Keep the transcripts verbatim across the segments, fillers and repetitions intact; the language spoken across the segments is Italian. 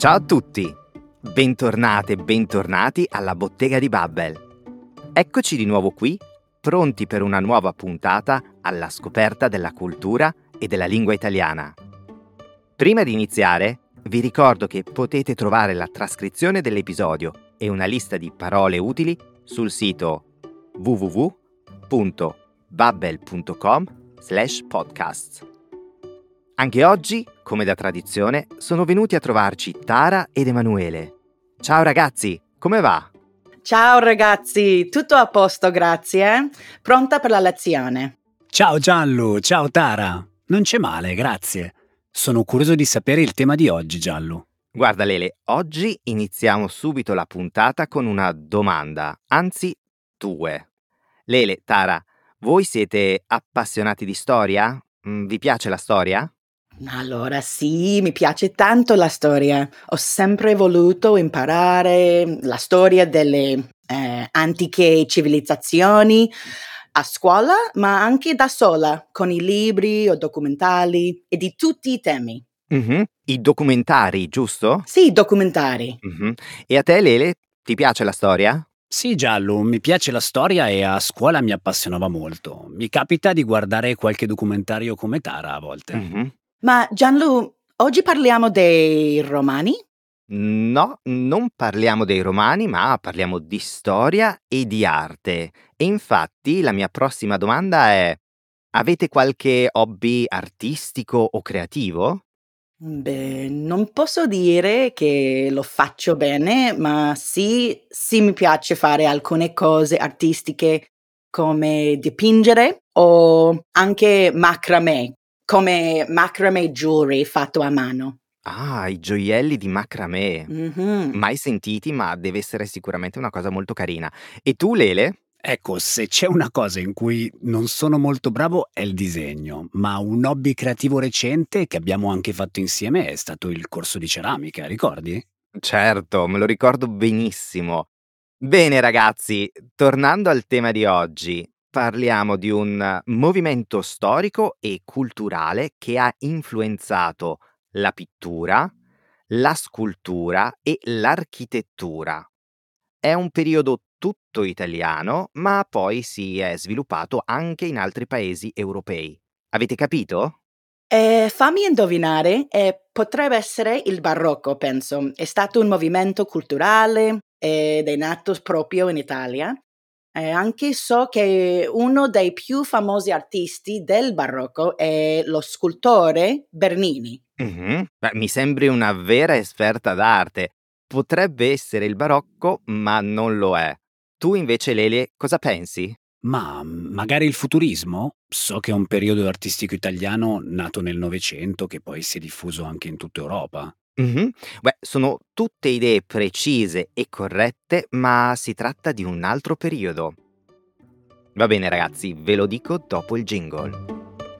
Ciao a tutti! Bentornate e bentornati alla Bottega di Babbel. Eccoci di nuovo qui, pronti per una nuova puntata alla scoperta della cultura e della lingua italiana. Prima di iniziare, vi ricordo che potete trovare la trascrizione dell'episodio e una lista di parole utili sul sito w w w punto babbel punto com slash podcasts. Anche oggi, come da tradizione, sono venuti a trovarci Tara ed Emanuele. Ciao ragazzi, come va? Ciao ragazzi, tutto a posto, grazie. Pronta per la lezione? Ciao Gianlu, ciao Tara. Non c'è male, grazie. Sono curioso di sapere il tema di oggi, Gianlu. Guarda Lele, oggi iniziamo subito la puntata con una domanda, anzi due. Lele, Tara, voi siete appassionati di storia? Mm, Vi piace la storia? Allora sì, mi piace tanto la storia. Ho sempre voluto imparare la storia delle eh, antiche civilizzazioni a scuola, ma anche da sola, con i libri o documentari e di tutti i temi. Mhm. I documentari, giusto? Sì, documentari. Mhm. E a te Lele, ti piace la storia? Sì, Gianlu, mi piace la storia e a scuola mi appassionava molto. Mi capita di guardare qualche documentario come Tara a volte. Mhm. Ma Gianlu, oggi parliamo dei romani? No, non parliamo dei romani, ma parliamo di storia e di arte. E infatti la mia prossima domanda è: avete qualche hobby artistico o creativo? Beh, non posso dire che lo faccio bene, ma sì, sì mi piace fare alcune cose artistiche come dipingere o anche macramè, come macramè jewelry fatto a mano. Ah, i gioielli di macramè. Mhm. Mai sentiti, ma deve essere sicuramente una cosa molto carina. E tu, Lele? Ecco, se c'è una cosa in cui non sono molto bravo è il disegno, ma un hobby creativo recente che abbiamo anche fatto insieme è stato il corso di ceramica, ricordi? Certo, me lo ricordo benissimo. Bene ragazzi, tornando al tema di oggi, parliamo di un eh, movimento storico e culturale che ha influenzato la pittura, la scultura e l'architettura. È un periodo tutto italiano, ma poi si è sviluppato anche in altri paesi europei. Avete capito? Eh, fammi indovinare, eh, potrebbe essere il barocco, penso. È stato un movimento culturale ed è nato proprio in Italia. Eh, anche so che uno dei più famosi artisti del barocco è lo scultore Bernini. Mhm. Beh, mi sembri una vera esperta d'arte. Potrebbe essere il barocco, ma non lo è. Tu invece, Lele, cosa pensi? Ma magari il futurismo? So che è un periodo artistico italiano nato nel Novecento che poi si è diffuso anche in tutta Europa. Mhm. Beh, sono tutte idee precise e corrette, ma si tratta di un altro periodo. Va bene, ragazzi, ve lo dico dopo il jingle.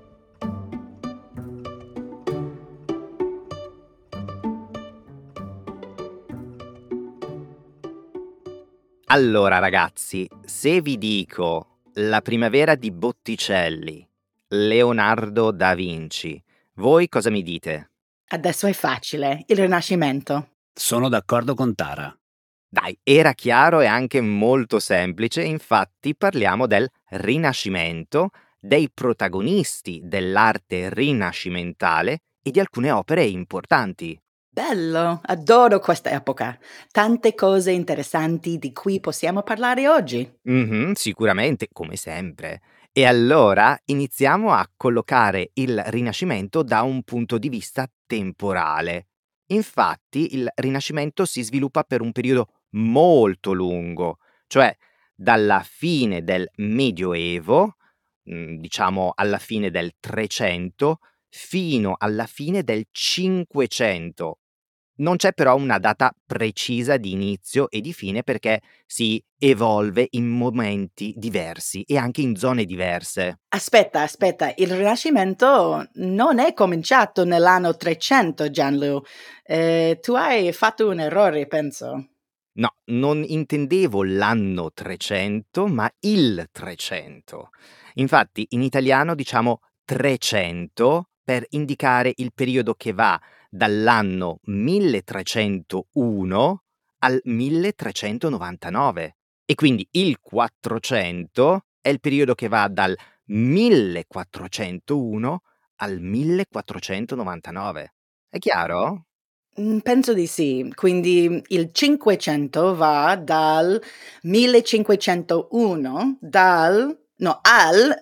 Allora, ragazzi, se vi dico La primavera di Botticelli, Leonardo da Vinci, voi cosa mi dite? Adesso è facile, il Rinascimento. Sono d'accordo con Tara. Dai, era chiaro e anche molto semplice, infatti parliamo del Rinascimento, dei protagonisti dell'arte rinascimentale e di alcune opere importanti. Bello, adoro questa epoca. Tante cose interessanti di cui possiamo parlare oggi. Mhm, sicuramente, come sempre. E allora iniziamo a collocare il Rinascimento da un punto di vista temporale. Infatti, il Rinascimento si sviluppa per un periodo molto lungo, cioè dalla fine del Medioevo, mm, diciamo alla fine del Trecento, fino alla fine del Cinquecento. Non c'è però una data precisa di inizio e di fine perché si evolve in momenti diversi e anche in zone diverse. Aspetta, aspetta, il Rinascimento non è cominciato nell'anno trecento, Gianlu. Eh, tu hai fatto un errore, penso. No, non intendevo l'anno trecento, ma il trecento. Infatti in italiano diciamo trecento per indicare il periodo che va dall'anno milletrecentouno al milletrecentonovantanove. E quindi il quattrocento è il periodo che va dal millequattrocentouno al millequattrocentonovantanove. È chiaro? Mm, penso di sì. Quindi il cinquecento va dal millecinquecentouno dal no, al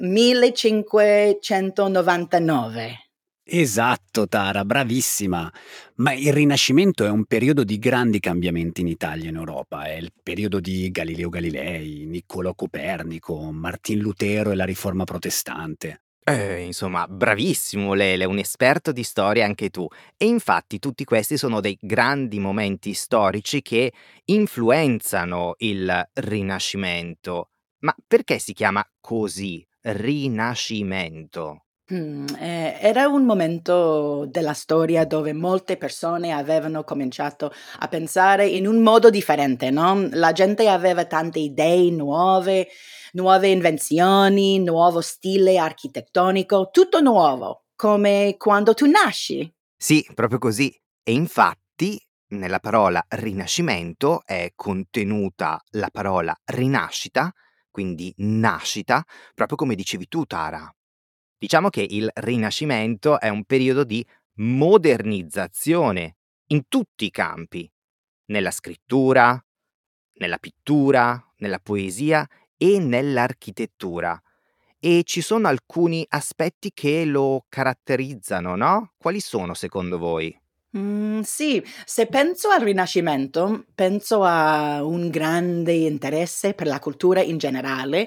millecinquecentonovantanove. Esatto, Tara, bravissima. Ma il Rinascimento è un periodo di grandi cambiamenti in Italia e in Europa. È il periodo di Galileo Galilei, Niccolò Copernico, Martin Lutero e la Riforma protestante. Eh, insomma, bravissimo Lele, un esperto di storia anche tu. E infatti tutti questi sono dei grandi momenti storici che influenzano il Rinascimento. Ma perché si chiama così, Rinascimento? Mh, ehm, era un momento della storia dove molte persone avevano cominciato a pensare in un modo differente, no, la gente aveva tante idee nuove, nuove invenzioni, nuovo stile architettonico, tutto nuovo, come quando tu nasci. Sì, proprio così. E infatti nella parola Rinascimento è contenuta la parola rinascita, quindi nascita, proprio come dicevi tu, Tara. Diciamo che il Rinascimento è un periodo di modernizzazione in tutti i campi, nella scrittura, nella pittura, nella poesia e nell'architettura. E ci sono alcuni aspetti che lo caratterizzano, no? Quali sono secondo voi? Mhmm, sì, se penso al Rinascimento, penso a un grande interesse per la cultura in generale,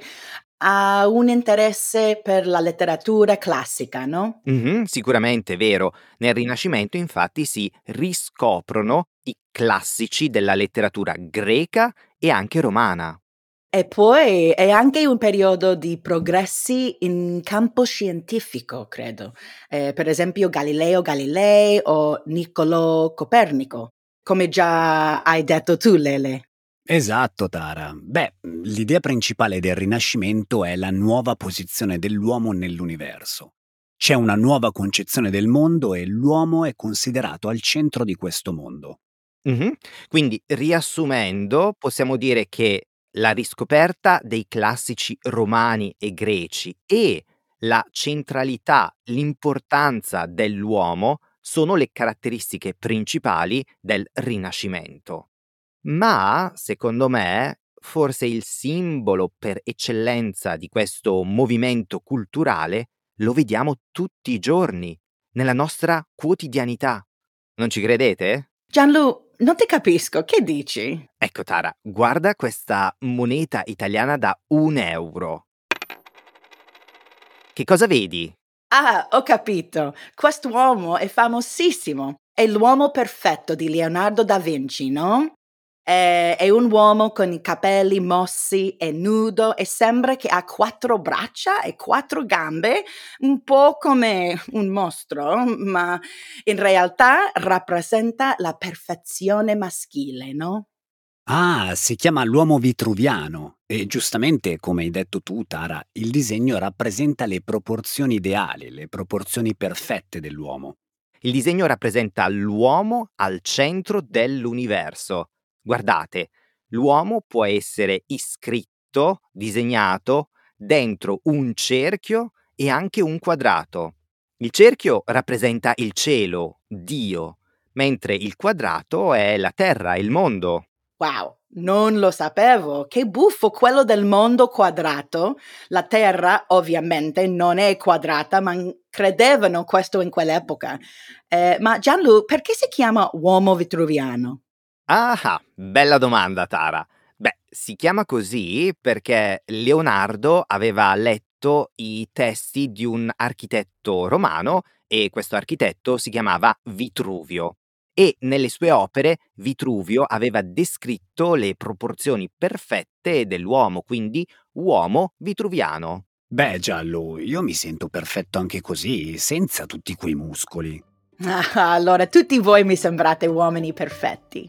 a un interesse per la letteratura classica, no? Mh-mh, sicuramente, vero. Nel Rinascimento infatti si riscoprono i classici della letteratura greca e anche romana. E poi è anche un periodo di progressi in campo scientifico, credo. Ehm, per esempio Galileo Galilei o Niccolò Copernico, come già hai detto tu, Lele. Esatto, Tara. Beh, l'idea principale del Rinascimento è la nuova posizione dell'uomo nell'universo. C'è una nuova concezione del mondo e l'uomo è considerato al centro di questo mondo. Mh-mh. Quindi, riassumendo, possiamo dire che la riscoperta dei classici romani e greci e la centralità, l'importanza dell'uomo sono le caratteristiche principali del Rinascimento. Ma, secondo me, forse il simbolo per eccellenza di questo movimento culturale lo vediamo tutti i giorni, nella nostra quotidianità. Non ci credete? Gianlu, non ti capisco, che dici? Ecco Tara, guarda questa moneta italiana da un euro. Che cosa vedi? Ah, ho capito. Quest'uomo è famosissimo. È l'uomo perfetto di Leonardo da Vinci, no? È è un uomo con i capelli mossi, è nudo e sembra che ha quattro braccia e quattro gambe, un po' come un mostro, ma in realtà rappresenta la perfezione maschile, no? Ah, si chiama l'uomo vitruviano e giustamente, come hai detto tu, Tara, il disegno rappresenta le proporzioni ideali, le proporzioni perfette dell'uomo. Il disegno rappresenta l'uomo al centro dell'universo. Guardate, l'uomo può essere iscritto, disegnato, dentro un cerchio e anche un quadrato. Il cerchio rappresenta il cielo, Dio, mentre il quadrato è la terra, il mondo. Wow, non lo sapevo. Che buffo quello del mondo quadrato. La Terra ovviamente non è quadrata, ma n- credevano questo in quell'epoca. Eh, ma Gianlu, perché si chiama uomo vitruviano? Ah, bella domanda, Tara. Beh, si chiama così perché Leonardo aveva letto i testi di un architetto romano e questo architetto si chiamava Vitruvio. E nelle sue opere Vitruvio aveva descritto le proporzioni perfette dell'uomo, quindi uomo vitruviano. Beh, Giallo, io mi sento perfetto anche così, senza tutti quei muscoli. Ah, allora tutti voi mi sembrate uomini perfetti.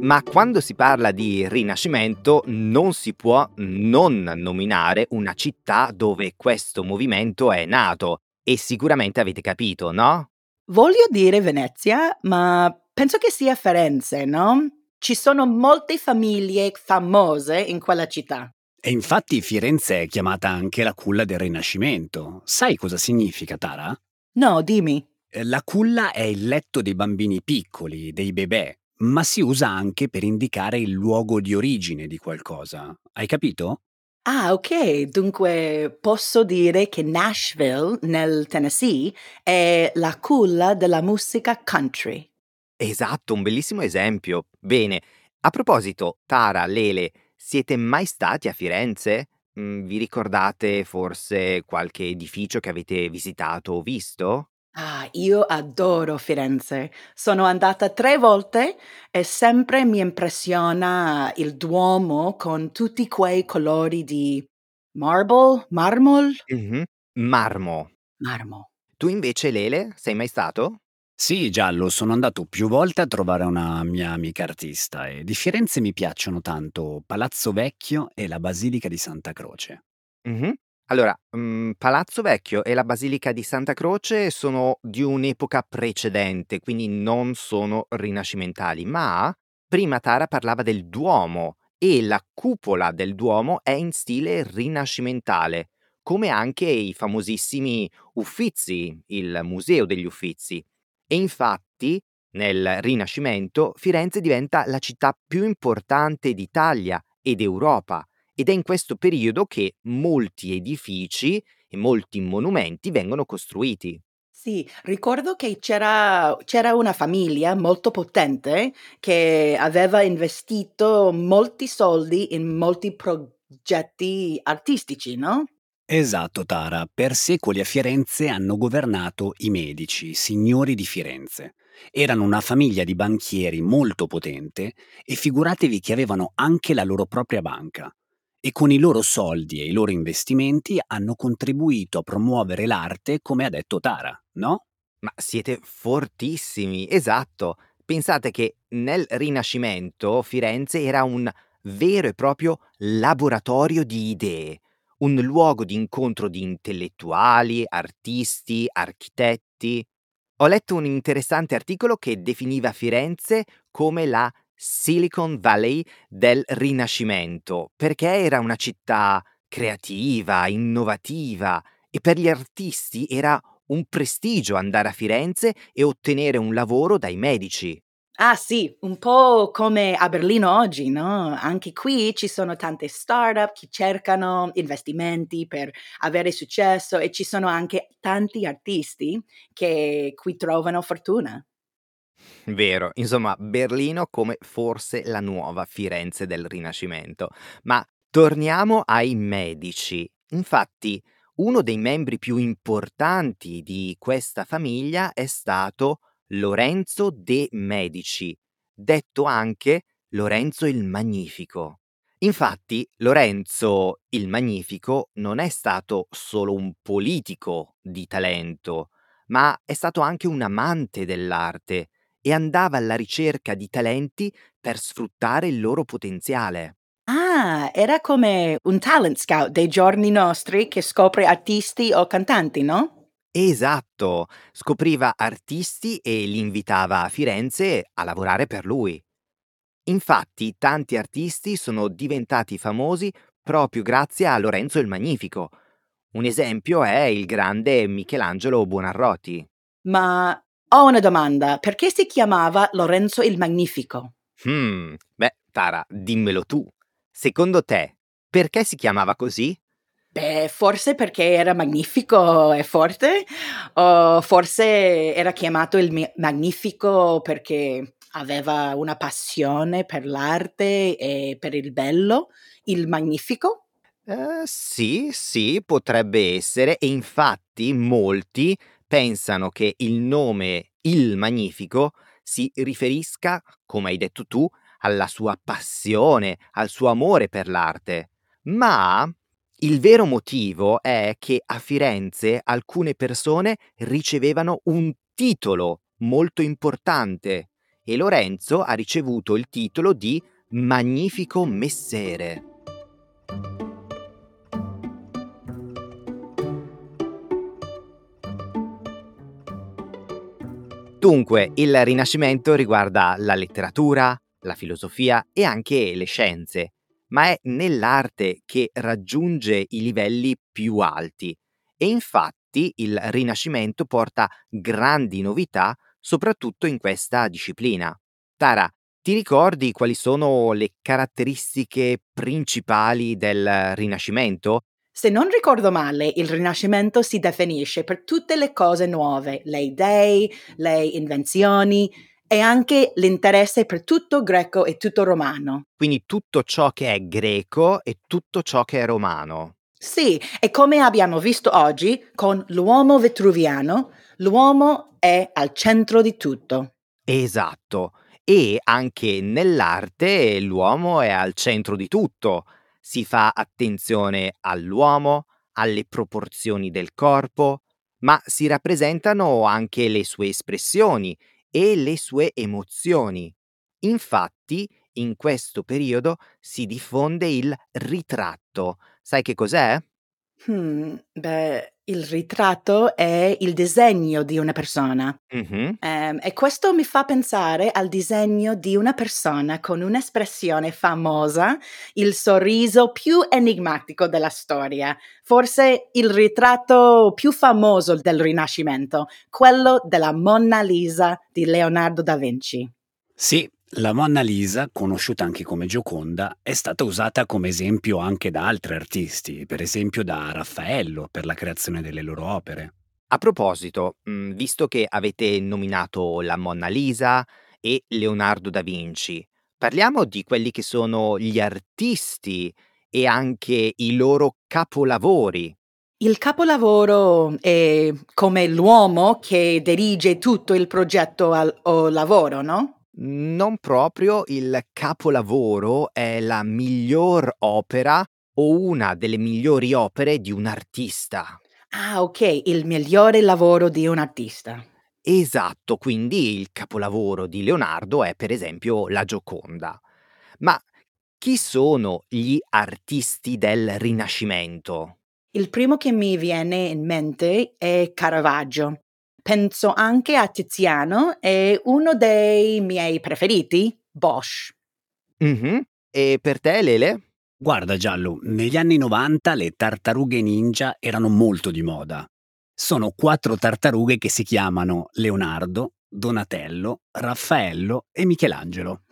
Ma quando si parla di Rinascimento non si può non nominare una città dove questo movimento è nato e sicuramente avete capito, no? Voglio dire Venezia, ma penso che sia Firenze, no? Ci sono molte famiglie famose in quella città. E infatti Firenze è chiamata anche la culla del Rinascimento. Sai cosa significa, Tara? No, dimmi. Eh, La culla è il letto dei bambini piccoli, dei bebè, ma si usa anche per indicare il luogo di origine di qualcosa. Hai capito? Ah, ok. Dunque posso dire che Nashville, nel Tennessee, è la culla della musica country. Esatto, un bellissimo esempio. Bene, a proposito, Tara, Lele, siete mai stati a Firenze? Mm, vi ricordate forse qualche edificio che avete visitato o visto? Ah, io adoro Firenze. Sono andata tre volte e sempre mi impressiona il Duomo con tutti quei colori di marble, marmol, Mhm. Marmo. marmo. Tu invece, Lele, sei mai stato? Sì, Giallo, sono andato più volte a trovare una mia amica artista e di Firenze mi piacciono tanto Palazzo Vecchio e la Basilica di Santa Croce. Mh-mh. Allora, mhmm, Palazzo Vecchio e la Basilica di Santa Croce sono di un'epoca precedente, quindi non sono rinascimentali, ma prima Tara parlava del Duomo e la cupola del Duomo è in stile rinascimentale, come anche i famosissimi Uffizi, il Museo degli Uffizi. E infatti, nel Rinascimento, Firenze diventa la città più importante d'Italia ed Europa. Ed è in questo periodo che molti edifici e molti monumenti vengono costruiti. Sì, ricordo che c'era c'era una famiglia molto potente che aveva investito molti soldi in molti progetti artistici, no? Esatto, Tara. Per secoli a Firenze hanno governato i Medici, signori di Firenze. Erano una famiglia di banchieri molto potente e figuratevi che avevano anche la loro propria banca. E con i loro soldi e i loro investimenti hanno contribuito a promuovere l'arte, come ha detto Tara, no? Ma siete fortissimi, esatto. Pensate che nel Rinascimento Firenze era un vero e proprio laboratorio di idee, un luogo di incontro di intellettuali, artisti, architetti. Ho letto un interessante articolo che definiva Firenze come la Silicon Valley del Rinascimento, perché era una città creativa, innovativa e per gli artisti era un prestigio andare a Firenze e ottenere un lavoro dai Medici. Ah sì, un po' come a Berlino oggi, no, anche qui ci sono tante startup che cercano investimenti per avere successo e ci sono anche tanti artisti che qui trovano fortuna. Vero, insomma, Berlino come forse la nuova Firenze del Rinascimento. Ma torniamo ai Medici. Infatti, uno dei membri più importanti di questa famiglia è stato Lorenzo de' Medici, detto anche Lorenzo il Magnifico. Infatti, Lorenzo il Magnifico non è stato solo un politico di talento, ma è stato anche un amante dell'arte e andava alla ricerca di talenti per sfruttare il loro potenziale. Ah, era come un talent scout dei giorni nostri che scopre artisti o cantanti, no? Esatto, scopriva artisti e li invitava a Firenze a lavorare per lui. Infatti, tanti artisti sono diventati famosi proprio grazie a Lorenzo il Magnifico. Un esempio è il grande Michelangelo Buonarroti. Ma ho una domanda, perché si chiamava Lorenzo il Magnifico? Hmm, beh, Tara, dimmelo tu. Secondo te, perché si chiamava così? Beh, forse perché era magnifico e forte, o forse era chiamato il mi Magnifico perché aveva una passione per l'arte e per il bello, il Magnifico? Ehm, sì, sì, potrebbe essere e infatti molti pensano che il nome Il Magnifico si riferisca, come hai detto tu, alla sua passione, al suo amore per l'arte. Ma il vero motivo è che a Firenze alcune persone ricevevano un titolo molto importante e Lorenzo ha ricevuto il titolo di Magnifico Messere. Dunque, il Rinascimento riguarda la letteratura, la filosofia e anche le scienze, ma è nell'arte che raggiunge i livelli più alti e infatti il Rinascimento porta grandi novità soprattutto in questa disciplina. Tara, ti ricordi quali sono le caratteristiche principali del Rinascimento? Se non ricordo male, il Rinascimento si definisce per tutte le cose nuove, le idee, le invenzioni e anche l'interesse per tutto greco e tutto romano. Quindi tutto ciò che è greco e tutto ciò che è romano. Sì, e come abbiamo visto oggi con l'uomo vitruviano, l'uomo è al centro di tutto. Esatto. E anche nell'arte l'uomo è al centro di tutto. Si fa attenzione all'uomo, alle proporzioni del corpo, ma si rappresentano anche le sue espressioni e le sue emozioni. Infatti, in questo periodo si diffonde il ritratto. Sai che cos'è? Hmm, beh, il ritratto è il disegno di una persona. Mhm. Ehm, e questo mi fa pensare al disegno di una persona con un'espressione famosa, il sorriso più enigmatico della storia, forse il ritratto più famoso del Rinascimento, quello della Monna Lisa di Leonardo da Vinci. Sì, la Monna Lisa, conosciuta anche come Gioconda, è stata usata come esempio anche da altri artisti, per esempio da Raffaello per la creazione delle loro opere. A proposito, mhmm, visto che avete nominato la Monna Lisa e Leonardo da Vinci, parliamo di quelli che sono gli artisti e anche i loro capolavori. Il capolavoro è come l'uomo che dirige tutto il progetto al- o lavoro, no? Non proprio, il capolavoro è la miglior opera o una delle migliori opere di un artista. Ah, ok, il migliore lavoro di un artista. Esatto, quindi il capolavoro di Leonardo è per esempio la Gioconda. Ma chi sono gli artisti del Rinascimento? Il primo che mi viene in mente è Caravaggio. Penso anche a Tiziano e uno dei miei preferiti, Bosch. Mh-mh. E per te, Lele? Guarda Giallo, negli anni novanta le tartarughe ninja erano molto di moda. Sono quattro tartarughe che si chiamano Leonardo, Donatello, Raffaello e Michelangelo.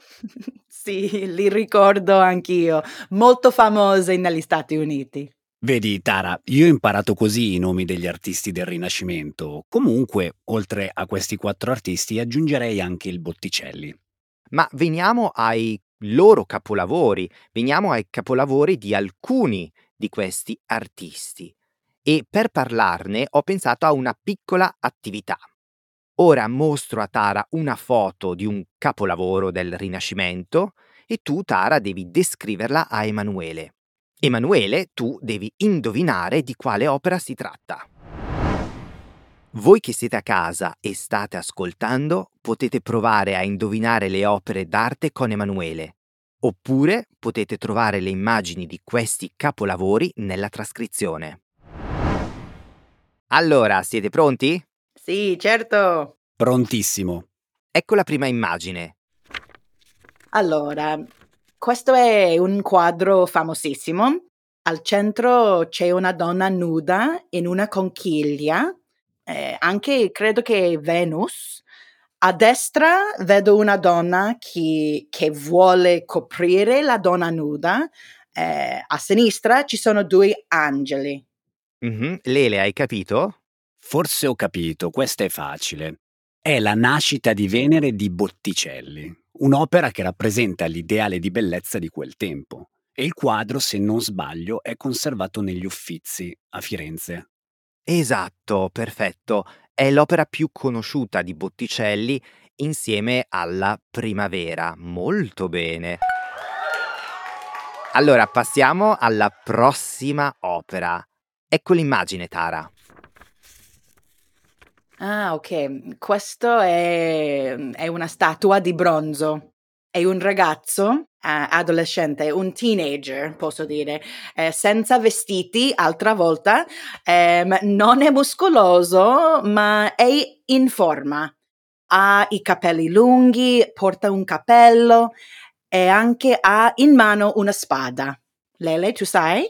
Sì, li ricordo anch'io, molto famosi negli Stati Uniti. Vedi, Tara, io ho imparato così i nomi degli artisti del Rinascimento. Comunque, oltre a questi quattro artisti, aggiungerei anche il Botticelli. Ma veniamo ai loro capolavori, veniamo ai capolavori di alcuni di questi artisti. E per parlarne ho pensato a una piccola attività. Ora mostro a Tara una foto di un capolavoro del Rinascimento e tu, Tara, devi descriverla a Emanuele. Emanuele, tu devi indovinare di quale opera si tratta. Voi che siete a casa e state ascoltando, potete provare a indovinare le opere d'arte con Emanuele, oppure potete trovare le immagini di questi capolavori nella trascrizione. Allora, siete pronti? Sì, certo. Prontissimo. Ecco la prima immagine. Allora, questo è un quadro famosissimo. Al centro c'è una donna nuda in una conchiglia, eh, anche credo che Venus. A destra vedo una donna che, che vuole coprire la donna nuda. Eh, a sinistra ci sono due angeli. Mhm. Lele, hai capito? Forse ho capito, questa è facile. È La nascita di Venere di Botticelli, un'opera che rappresenta l'ideale di bellezza di quel tempo. E il quadro, se non sbaglio, è conservato negli Uffizi a Firenze. Esatto, perfetto. È l'opera più conosciuta di Botticelli insieme alla Primavera. Molto bene. Allora, passiamo alla prossima opera. Ecco l'immagine, Tara. Ah, ok. Questo è, è una statua di bronzo. È un ragazzo, eh, adolescente, un teenager, posso dire, eh, senza vestiti, altra volta, ehm, non è muscoloso, ma è in forma. Ha i capelli lunghi, porta un cappello e anche ha in mano una spada. Lele, tu sai?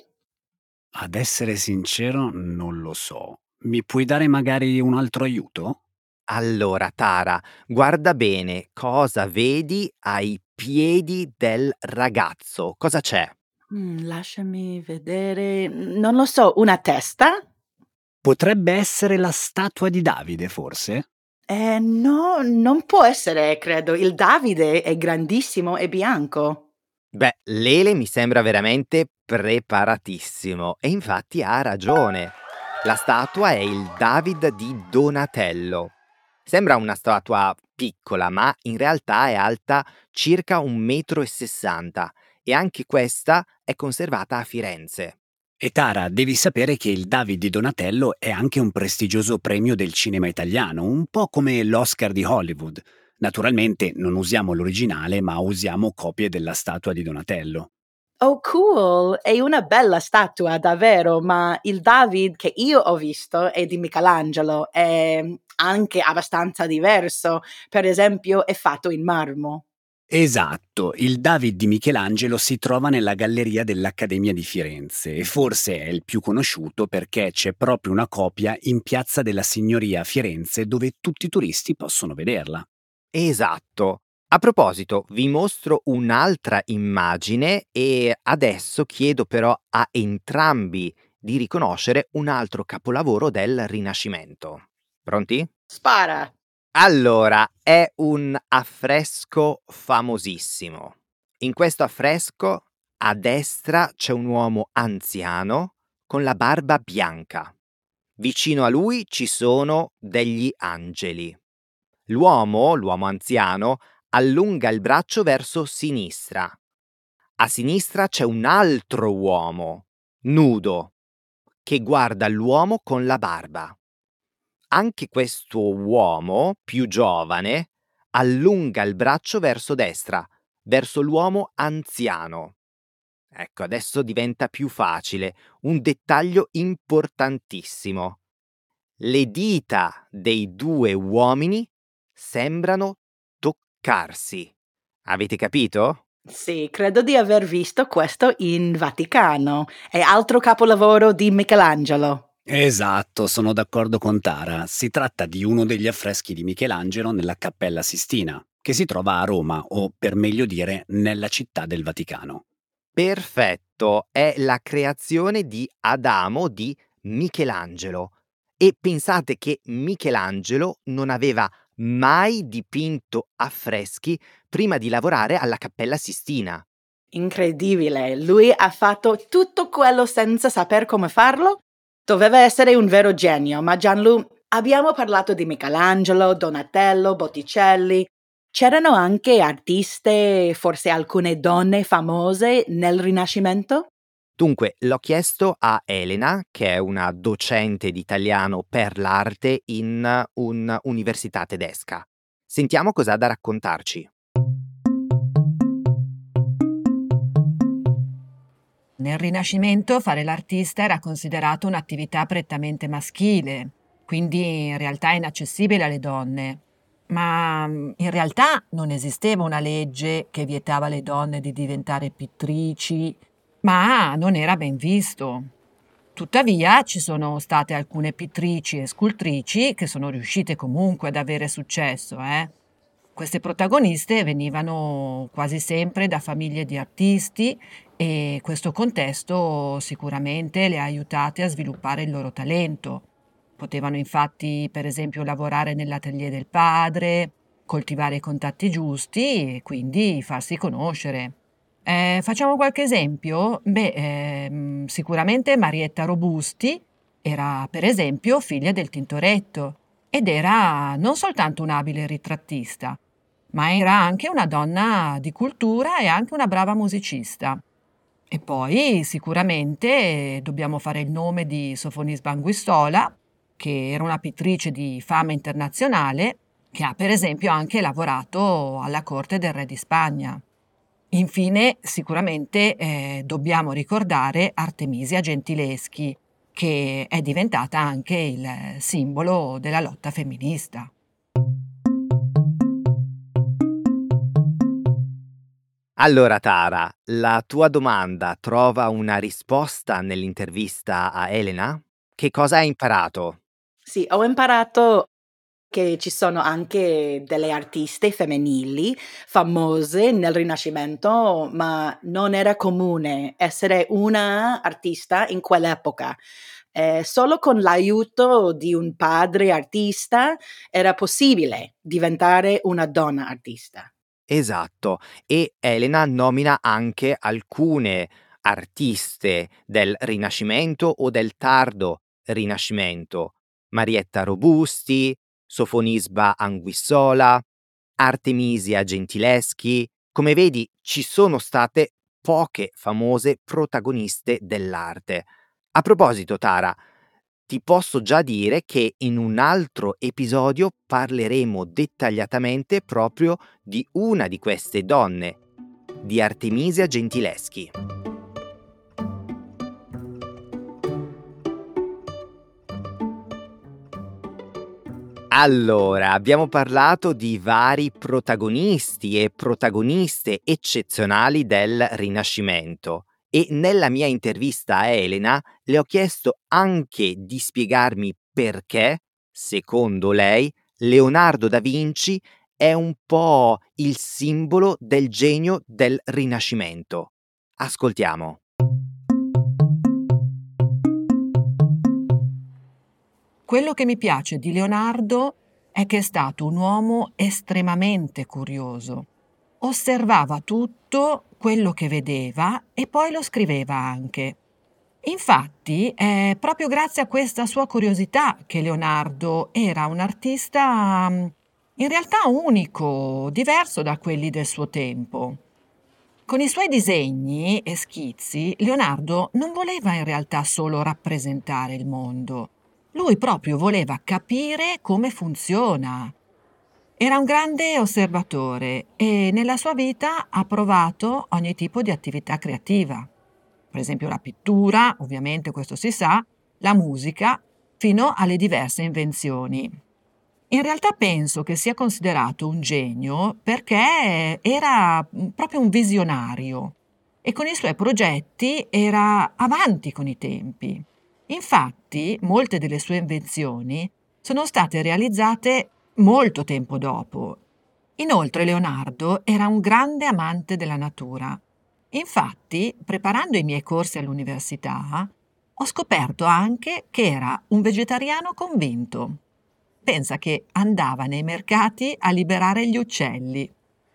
Ad essere sincero, non lo so. Mi puoi dare magari un altro aiuto? Allora, Tara, guarda bene cosa vedi ai piedi del ragazzo. Cosa c'è? Mm, lasciami vedere. Non lo so, una testa? Potrebbe essere la statua di Davide, forse? Eh, no, non può essere, credo. Il Davide è grandissimo e bianco. Beh, Lele mi sembra veramente preparatissimo e infatti ha ragione. La statua è il David di Donatello. Sembra una statua piccola, ma in realtà è alta circa un metro e sessanta e anche questa è conservata a Firenze. E Tara, devi sapere che il David di Donatello è anche un prestigioso premio del cinema italiano, un po' come l'Oscar di Hollywood. Naturalmente non usiamo l'originale, ma usiamo copie della statua di Donatello. Oh, cool! È una bella statua, davvero, ma il David che io ho visto è di Michelangelo, è anche abbastanza diverso. Per esempio, è fatto in marmo. Esatto, il David di Michelangelo si trova nella galleria dell'Accademia di Firenze e forse è il più conosciuto perché c'è proprio una copia in Piazza della Signoria a Firenze dove tutti i turisti possono vederla. Esatto. A proposito, vi mostro un'altra immagine e adesso chiedo però a entrambi di riconoscere un altro capolavoro del Rinascimento. Pronti? Spara! Allora, è un affresco famosissimo. In questo affresco a destra c'è un uomo anziano con la barba bianca. Vicino a lui ci sono degli angeli. L'uomo, l'uomo anziano, allunga il braccio verso sinistra. A sinistra c'è un altro uomo, nudo, che guarda l'uomo con la barba. Anche questo uomo, più giovane, allunga il braccio verso destra, verso l'uomo anziano. Ecco, adesso diventa più facile, un dettaglio importantissimo. Le dita dei due uomini sembrano toccarsi. Avete capito? Sì, credo di aver visto questo in Vaticano. È altro capolavoro di Michelangelo. Esatto, sono d'accordo con Tara. Si tratta di uno degli affreschi di Michelangelo nella Cappella Sistina, che si trova a Roma, o per meglio dire, nella città del Vaticano. Perfetto, è la creazione di Adamo di Michelangelo. E pensate che Michelangelo non aveva mai dipinto affreschi prima di lavorare alla Cappella Sistina. Incredibile, lui ha fatto tutto quello senza saper come farlo? Doveva essere un vero genio, ma Gianlu, abbiamo parlato di Michelangelo, Donatello, Botticelli. C'erano anche artiste, forse alcune donne famose nel Rinascimento? Dunque, l'ho chiesto a Elena, che è una docente di italiano per l'arte in un'università tedesca. Sentiamo cosa ha da raccontarci. Nel Rinascimento fare l'artista era considerato un'attività prettamente maschile, quindi in realtà inaccessibile alle donne. Ma mm, in realtà non esisteva una legge che vietava alle donne di diventare pittrici, ma non era ben visto. Tuttavia ci sono state alcune pittrici e scultrici che sono riuscite comunque ad avere successo, eh? Queste protagoniste venivano quasi sempre da famiglie di artisti e questo contesto sicuramente le ha aiutate a sviluppare il loro talento. Potevano infatti, per esempio, lavorare nell'atelier del padre, coltivare i contatti giusti e quindi farsi conoscere. Eh, facciamo qualche esempio? Beh, ehm, sicuramente Marietta Robusti era, per esempio, figlia del Tintoretto ed era non soltanto un'abile ritrattista, ma era anche una donna di cultura e anche una brava musicista. E poi sicuramente dobbiamo fare il nome di Sofonisba Anguissola, che era una pittrice di fama internazionale, che ha per esempio anche lavorato alla corte del re di Spagna. Infine, sicuramente eh, dobbiamo ricordare Artemisia Gentileschi, che è diventata anche il simbolo della lotta femminista. Allora Tara, la tua domanda trova una risposta nell'intervista a Elena? Che cosa hai imparato? Sì, ho imparato che ci sono anche delle artiste femminili famose nel Rinascimento, ma non era comune essere una artista in quell'epoca. Eh, solo con l'aiuto di un padre artista era possibile diventare una donna artista. Esatto, e Elena nomina anche alcune artiste del Rinascimento o del tardo Rinascimento: Marietta Robusti, Sofonisba Anguissola, Artemisia Gentileschi. Come vedi, ci sono state poche famose protagoniste dell'arte. A proposito, Tara, ti posso già dire che in un altro episodio parleremo dettagliatamente proprio di una di queste donne, di Artemisia Gentileschi. Allora, abbiamo parlato di vari protagonisti e protagoniste eccezionali del Rinascimento e nella mia intervista a Elena le ho chiesto anche di spiegarmi perché, secondo lei, Leonardo da Vinci è un po' il simbolo del genio del Rinascimento. Ascoltiamo. Quello che mi piace di Leonardo è che è stato un uomo estremamente curioso. Osservava tutto quello che vedeva e poi lo scriveva anche. Infatti è proprio grazie a questa sua curiosità che Leonardo era un artista mm, in realtà unico, diverso da quelli del suo tempo. Con i suoi disegni e schizzi, Leonardo non voleva in realtà solo rappresentare il mondo. Lui proprio voleva capire come funziona. Era un grande osservatore e nella sua vita ha provato ogni tipo di attività creativa. Per esempio la pittura, ovviamente questo si sa, la musica, fino alle diverse invenzioni. In realtà penso che sia considerato un genio perché era proprio un visionario e con i suoi progetti era avanti con i tempi. Infatti, molte delle sue invenzioni sono state realizzate molto tempo dopo. Inoltre, Leonardo era un grande amante della natura. Infatti, preparando i miei corsi all'università, ho scoperto anche che era un vegetariano convinto. Pensa che andava nei mercati a liberare gli uccelli.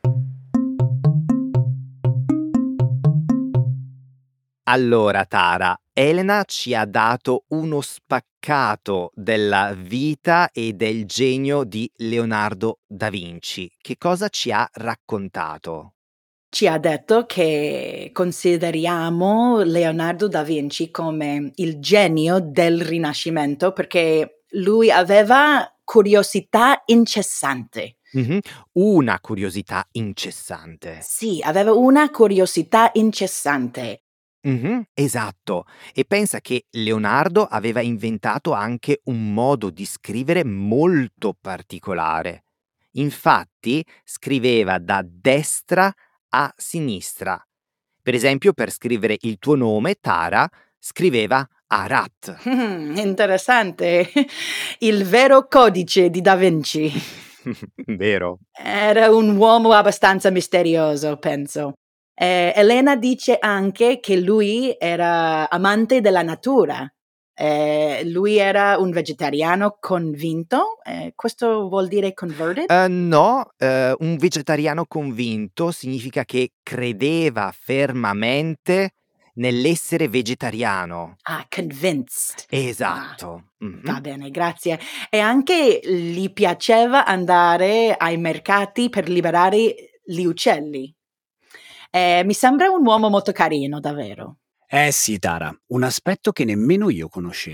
Allora, Tara, Elena ci ha dato uno spaccato della vita e del genio di Leonardo da Vinci. Che cosa ci ha raccontato? Ci ha detto che consideriamo Leonardo da Vinci come il genio del Rinascimento perché lui aveva curiosità incessante. Mhm. Una curiosità incessante. Sì, aveva una curiosità incessante. Mhm, esatto. E pensa che Leonardo aveva inventato anche un modo di scrivere molto particolare. Infatti, scriveva da destra a sinistra. Per esempio, per scrivere il tuo nome, Tara, scriveva Arat. Mm, interessante. Il vero codice di Da Vinci. Vero? Era un uomo abbastanza misterioso, penso. Eh, Elena dice anche che lui era amante della natura. Eh, lui era un vegetariano convinto. Eh, questo vuol dire converted? Eh, no, eh, un vegetariano convinto significa che credeva fermamente nell'essere vegetariano. Ah, convinced. Ah, Esatto. Mhm. va bene, grazie. E anche gli piaceva andare ai mercati per liberare gli uccelli. Eh, mi sembra un uomo molto carino, davvero. Eh sì, Tara, un aspetto che nemmeno io conoscevo.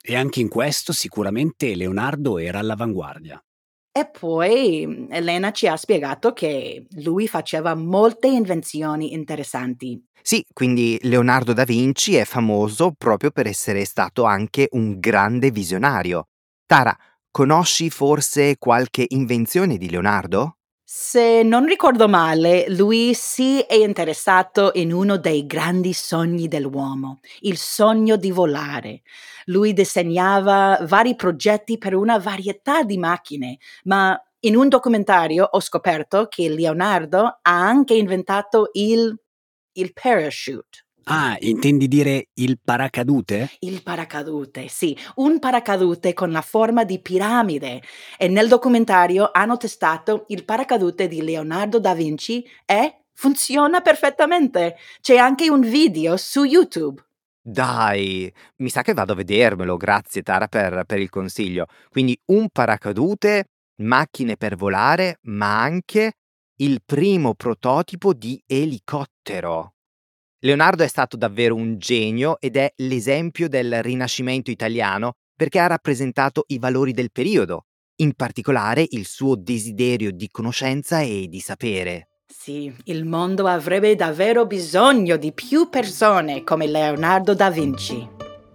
E anche in questo sicuramente Leonardo era all'avanguardia. E poi Elena ci ha spiegato che lui faceva molte invenzioni interessanti. Sì, quindi Leonardo da Vinci è famoso proprio per essere stato anche un grande visionario. Tara, conosci forse qualche invenzione di Leonardo? Se non ricordo male, lui si è interessato in uno dei grandi sogni dell'uomo, il sogno di volare. Lui disegnava vari progetti per una varietà di macchine, ma in un documentario ho scoperto che Leonardo ha anche inventato il, il parachute. Ah, intendi dire il paracadute? Il paracadute, sì, un paracadute con la forma di piramide. E nel documentario hanno testato il paracadute di Leonardo da Vinci e funziona perfettamente. C'è anche un video su YouTube. Dai, mi sa che vado a vedermelo, grazie Tara per, per il consiglio. Quindi un paracadute, macchine per volare, ma anche il primo prototipo di elicottero. Leonardo è stato davvero un genio ed è l'esempio del Rinascimento italiano perché ha rappresentato i valori del periodo, in particolare il suo desiderio di conoscenza e di sapere. Sì, il mondo avrebbe davvero bisogno di più persone come Leonardo da Vinci.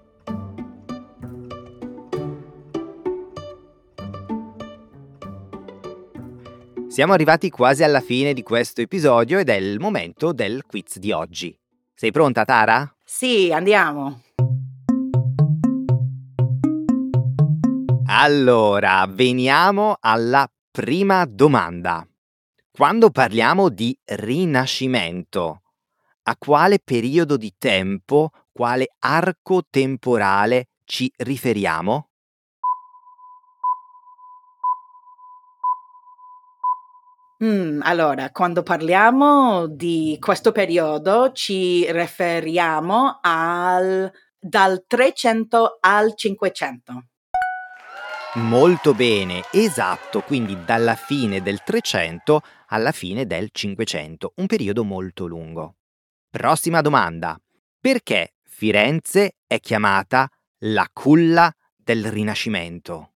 Siamo arrivati quasi alla fine di questo episodio ed è il momento del quiz di oggi. Sei pronta, Tara? Sì, andiamo. Allora, veniamo alla prima domanda. Quando parliamo di Rinascimento, a quale periodo di tempo, quale arco temporale ci riferiamo? Mm, allora, quando parliamo di questo periodo ci riferiamo al dal trecento al cinquecento. Molto bene, esatto, quindi dalla fine del trecento alla fine del cinquecento, un periodo molto lungo. Prossima domanda. Perché Firenze è chiamata la culla del Rinascimento?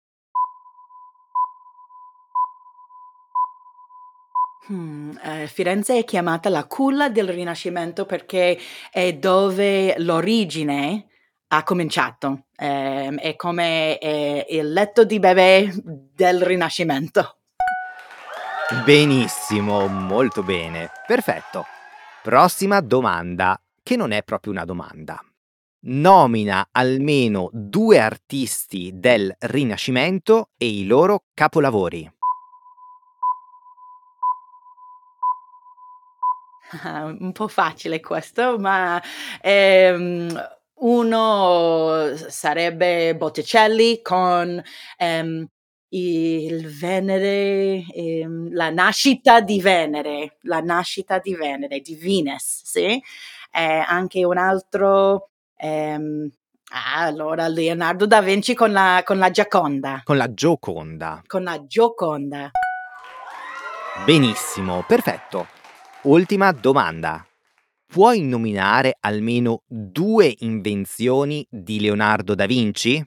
Hmm, eh, Firenze è chiamata la culla del Rinascimento perché è dove l'origine ha cominciato. Ehm, è come eh, il letto di bebè del Rinascimento. Benissimo, molto bene, perfetto. Prossima domanda, che non è proprio una domanda. Nomina almeno due artisti del Rinascimento e i loro capolavori. Ah, un po' facile questo, ma ehm, uno sarebbe Botticelli con ehm, il Venere, ehm, la nascita di Venere, la nascita di Venere, di Venus, sì? Eh, anche un altro, ehm, ah, allora Leonardo da Vinci con la, con la Gioconda, Con la Gioconda. con la Gioconda. Benissimo, perfetto. Ultima domanda. Puoi nominare almeno due invenzioni di Leonardo da Vinci?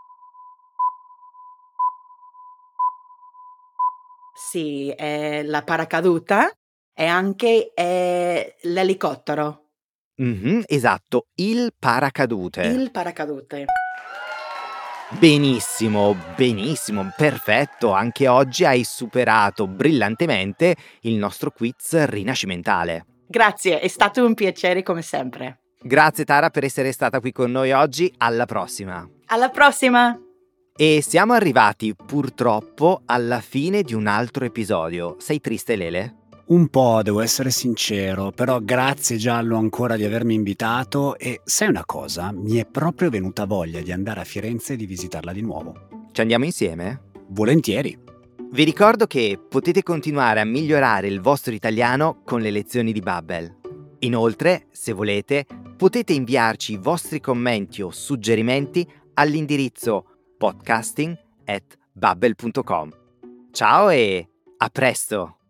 Sì, è la paracaduta e anche, ehm, l'elicottero. Mhm, esatto, il paracadute. Il paracadute. Benissimo, benissimo, perfetto. Anche oggi hai superato brillantemente il nostro quiz rinascimentale. Grazie, è stato un piacere come sempre. Grazie Tara per essere stata qui con noi oggi, alla prossima. Alla prossima! E siamo arrivati purtroppo alla fine di un altro episodio. Sei triste, Lele? Un po', devo essere sincero, però grazie Giallo ancora di avermi invitato e sai una cosa? Mi è proprio venuta voglia di andare a Firenze e di visitarla di nuovo. Ci andiamo insieme? Volentieri. Vi ricordo che potete continuare a migliorare il vostro italiano con le lezioni di Babbel. Inoltre, se volete, potete inviarci i vostri commenti o suggerimenti all'indirizzo podcasting at babbel punto com. Ciao e a presto!